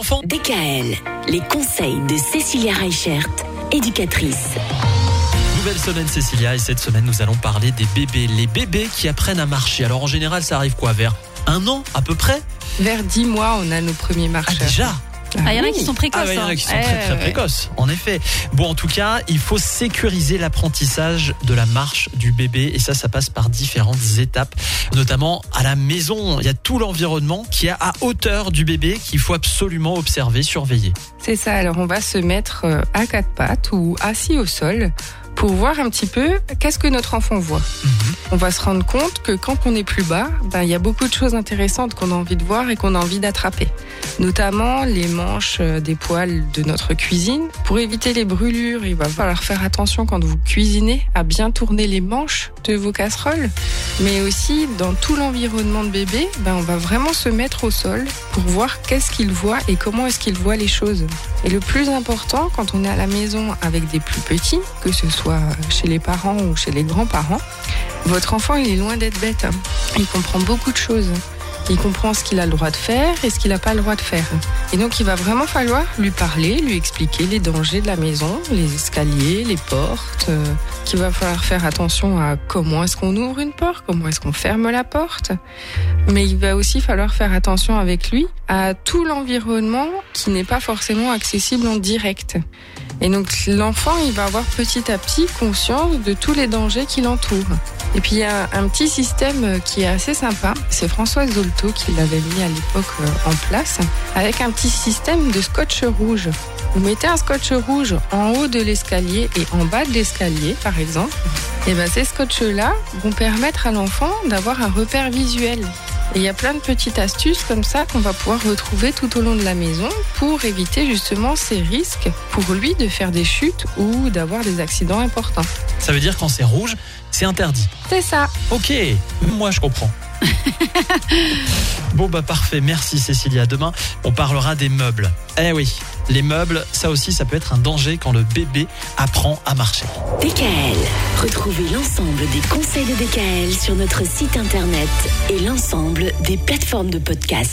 enfants. DKL, les conseils de Cécilia Reichert, éducatrice. Nouvelle semaine Cécilia, et cette semaine nous allons parler des bébés. Les bébés qui apprennent à marcher. Alors en général ça arrive quoi, vers 1 an à peu près? Vers 10 mois, on a nos premiers marcheurs. Ah déjà? Il y en a qui sont précoces. Il y en a qui sont très précoces, en effet. Bon, en tout cas, il faut sécuriser l'apprentissage de la marche du bébé. Et ça passe par différentes étapes, notamment à la maison. Il y a tout l'environnement qui est à hauteur du bébé qu'il faut absolument observer, surveiller. C'est ça, alors on va se mettre à 4 pattes ou assis au sol pour voir un petit peu qu'est-ce que notre enfant voit. On va se rendre compte que quand on est plus bas, il y a beaucoup de choses intéressantes qu'on a envie de voir et qu'on a envie d'attraper. Notamment les manches des poêles de notre cuisine. Pour éviter les brûlures, il va falloir faire attention quand vous cuisinez à bien tourner les manches de vos casseroles. Mais aussi dans tout l'environnement de bébé, on va vraiment se mettre au sol pour voir qu'est-ce qu'il voit et comment est-ce qu'il voit les choses. Et le plus important, quand on est à la maison avec des plus petits, que ce soit chez les parents ou chez les grands-parents, votre enfant, il est loin d'être bête. Il comprend beaucoup de choses. Il comprend ce qu'il a le droit de faire et ce qu'il n'a pas le droit de faire. Et donc, il va vraiment falloir lui parler, lui expliquer les dangers de la maison, les escaliers, les portes, qu'il va falloir faire attention à comment est-ce qu'on ouvre une porte, comment est-ce qu'on ferme la porte. Mais il va aussi falloir faire attention avec lui à tout l'environnement qui n'est pas forcément accessible en direct. Et donc, l'enfant, il va avoir petit à petit conscience de tous les dangers qui l'entourent. Et puis, il y a un petit système qui est assez sympa. C'est Françoise Dolto qui l'avait mis à l'époque en place, avec un petit système de scotch rouge. Vous mettez un scotch rouge en haut de l'escalier et en bas de l'escalier, par exemple. Et ces scotch-là vont permettre à l'enfant d'avoir un repère visuel. Et il y a plein de petites astuces comme ça qu'on va pouvoir retrouver tout au long de la maison pour éviter justement ces risques pour lui de faire des chutes ou d'avoir des accidents importants. Ça veut dire quand c'est rouge, c'est interdit. C'est ça. Ok, moi je comprends. Bon parfait, merci Cécilia. Demain, on parlera des meubles. Eh oui, les meubles, ça aussi, ça peut être un danger quand le bébé apprend à marcher. DKL. Retrouvez l'ensemble des conseils de DKL sur notre site internet et l'ensemble des plateformes de podcast.